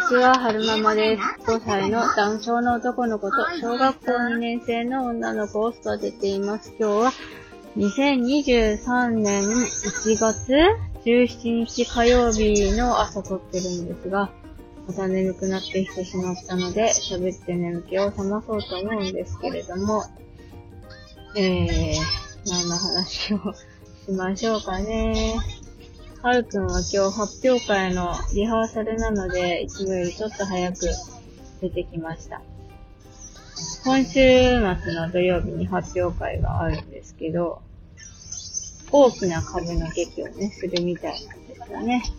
ちは、はるままです。5歳の男性の男の子と小学校2年生の女の子を育てています。今日は2023年1月17日火曜日の朝撮ってるんですが、また眠くなってきてしまったので、喋って眠気を覚まそうと思うんですけれども、何の話をしましょうかね。はるくんは今日発表会のリハーサルなので、いつもよりちょっと早く出てきました。今週末の土曜日に発表会があるんですけど、大きな壁の劇をね、するみたいなんですよね。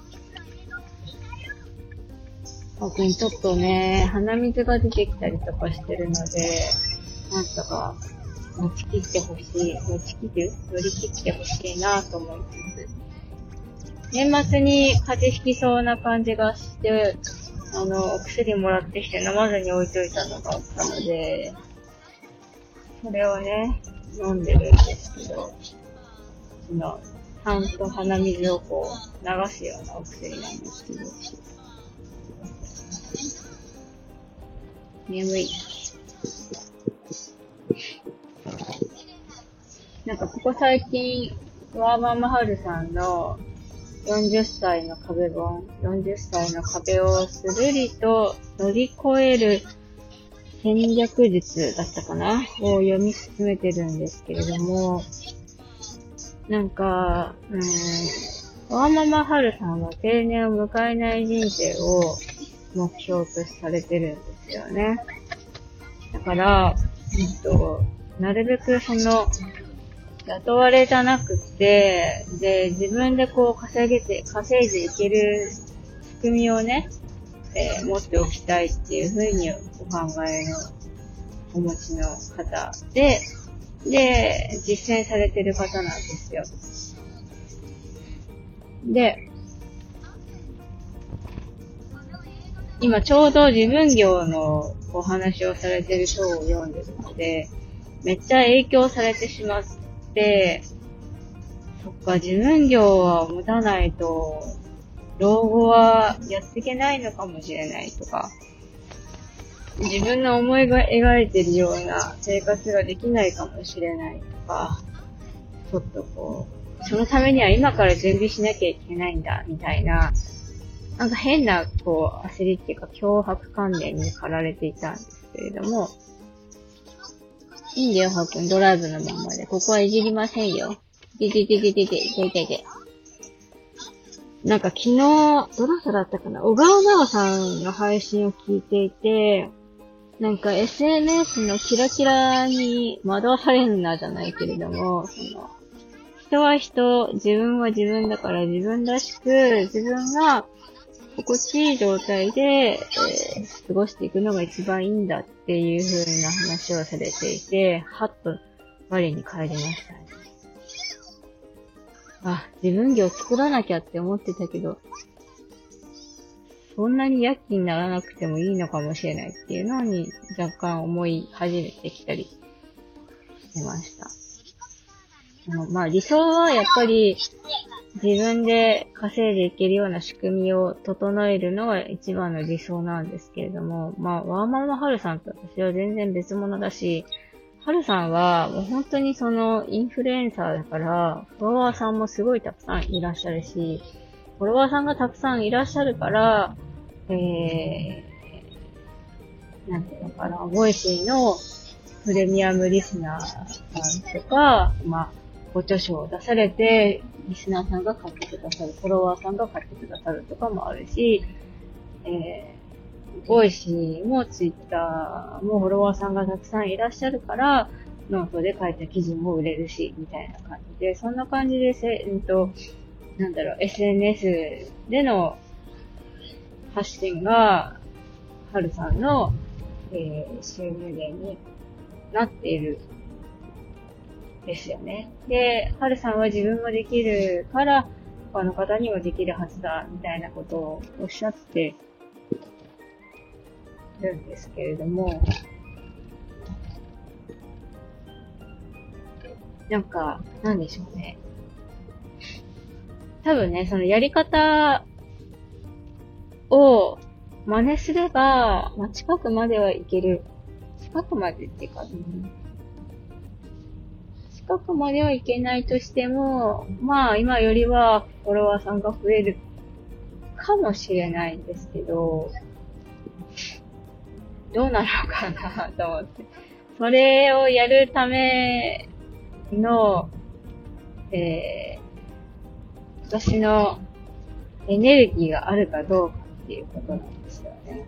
僕にちょっとね、鼻水が出てきたりとかしてるので、なんとか乗り切ってほしいなと思いつつ、年末に風邪ひきそうな感じがして、お薬もらってきて飲まずに置いといたのがあったので、それをね、飲んでるんですけど、ちゃんと鼻水をこう、流すようなお薬なんですけど、眠い。なんかここ最近、ワーママハルさんの40歳の壁本、40歳の壁をするりと乗り越える戦略術だったかなを読み進めてるんですけれども、なんか、ワーママハルさんは定年を迎えない人生を目標とされてるんですよね。だから、なるべく雇われじゃなくて、で、自分でこう稼いでいける仕組みをね、持っておきたいっていうふうにお考えのお持ちの方で、実践されてる方なんですよ。で、今ちょうど自分業のお話をされてる章を読んでるので、めっちゃ影響されてしまって、そっか、自分業は持たないと、老後はやっていけないのかもしれないとか、自分の思いが描いてるような生活ができないかもしれないとか、ちょっとこう、そのためには今から準備しなきゃいけないんだ、みたいな、なんか変な、こう、焦りっていうか、脅迫観念に駆られていたんですけれども、いいんだよ、はくん、ドライブのままで。ここはいじりませんよ。痛い。なんか昨日、どなただったかな、小川奈緒さんの配信を聞いていて、なんか SNS のキラキラに惑わされるなじゃないけれども、人は人、自分は自分だから自分らしく、自分が心地いい状態で、過ごしていくのが一番いいんだっていう風な話をされていて、はっと我に返りましたね。あ、自分業作らなきゃって思ってたけど、そんなに躍起にならなくてもいいのかもしれないっていうのに若干思い始めてきたりしました。理想はやっぱり自分で稼いでいけるような仕組みを整えるのが一番の理想なんですけれども、ワーママハルさんと私は全然別物だし、ハルさんはもう本当にインフルエンサーだから、フォロワーさんもすごいたくさんいらっしゃるし、フォロワーさんがたくさんいらっしゃるから、なんていうのかな、ボイシーのプレミアムリスナーさんとか、ご著書を出されて、リスナーさんが買ってくださる、フォロワーさんが買ってくださるとかもあるし、ボイシーもツイッターもフォロワーさんがたくさんいらっしゃるから、ノートで書いた記事も売れるし、みたいな感じで、そんな感じでSNS での発信が、はるさんの、収入源になっているですよね。で、はるさんは自分もできるから、他の方にもできるはずだ、みたいなことをおっしゃってるんですけれども、なんでしょうね。多分ね、そのやり方を真似すれば、まあ、近くまでは行ける。近くまでっていうか、近くまでは行けないとしても、まあ今よりはフォロワーさんが増えるかもしれないんですけど、どうなるのかなと思って。それをやるための、私のエネルギーがあるかどうかっていうことなんですよね。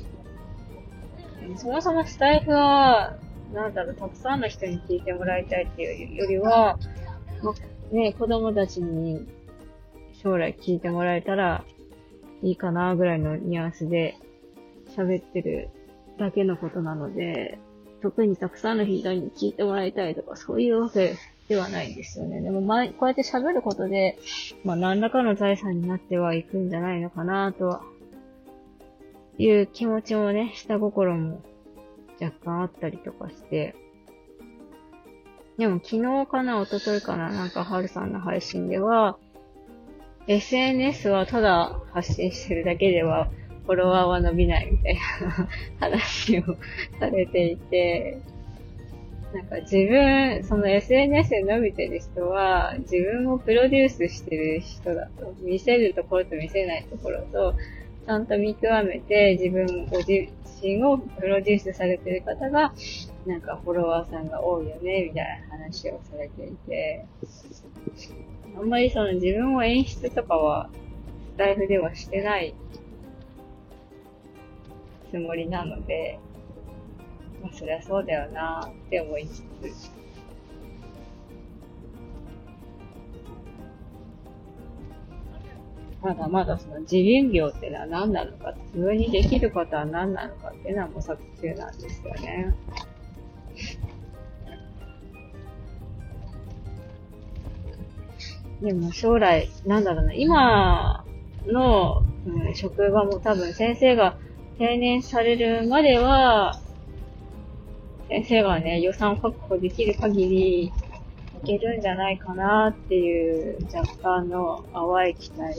そもそもスタイフは、たくさんの人に聞いてもらいたいっていうよりは、子供たちに将来聞いてもらえたらいいかなぐらいのニュアンスで喋ってるだけのことなので、特にたくさんの人に聞いてもらいたいとかそういうわけではないんですよね。でもこうやって喋ることで、何らかの財産になってはいくんじゃないのかなとは、いう気持ちもね、下心も若干あったりとかして。でも昨日かな、一昨日かな、はるさんの配信では、SNS はただ発信してるだけでは、フォロワーは伸びないみたいな話をされていて、その SNS で伸びてる人は、自分をプロデュースしてる人だと。見せるところと見せないところと、ちゃんと見極めてご自身をプロデュースされてる方が、フォロワーさんが多いよね、みたいな話をされていて、あんまり自分を演出とかは、スタイフではしてないつもりなので、そりゃそうだよなって思いつつ、まだまだ自分業っていうのは何なのか、自分にできることは何なのかっていうのは模索中なんですよね。でも将来、今の、職場も多分先生が定年されるまでは、先生がね、予算確保できる限りいけるんじゃないかなっていう若干の淡い期待。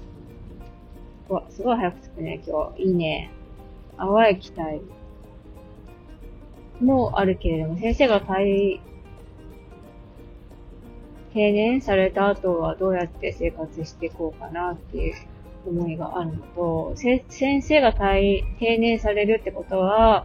すごい早くつくね、今日。いいね。淡い期待もあるけれども、先生が定年された後はどうやって生活していこうかなっていう思いがあるのと、先生が定年されるってことは、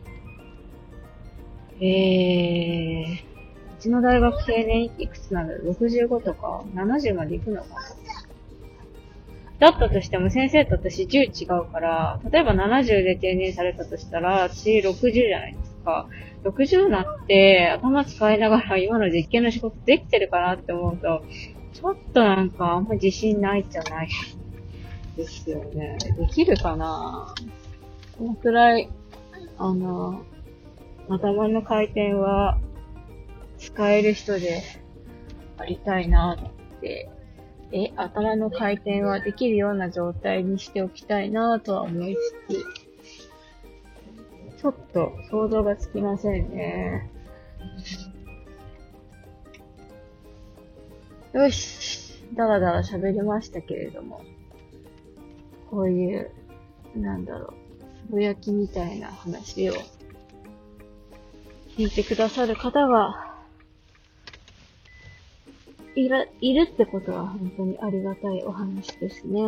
うちの大学定年いくつなんだろう ?65 とか70まで行くのかな。だったとしても先生と私10違うから、例えば70で定年されたとしたら、私60じゃないですか。60になって頭使いながら今の実験の仕事できてるかなって思うと、ちょっとあんま自信ないじゃないですよね。できるかな？このくらい、頭の回転は使える人でありたいなって、頭の回転はできるような状態にしておきたいなとは思いつつ、ちょっと想像がつきませんね。よし。だらだら喋りましたけれども、こういう、つぶやきみたいな話を聞いてくださる方がいるってことは本当にありがたいお話ですね。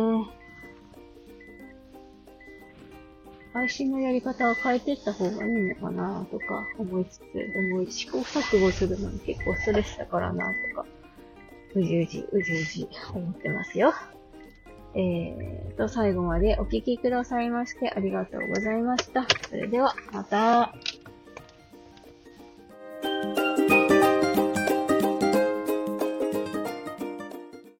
配信のやり方は変えていった方がいいのかなとか思いつつ、でも試行錯誤するのに結構ストレスだからなとか、うじうじ思ってますよ。最後までお聞きくださいましてありがとうございました。それでは、また。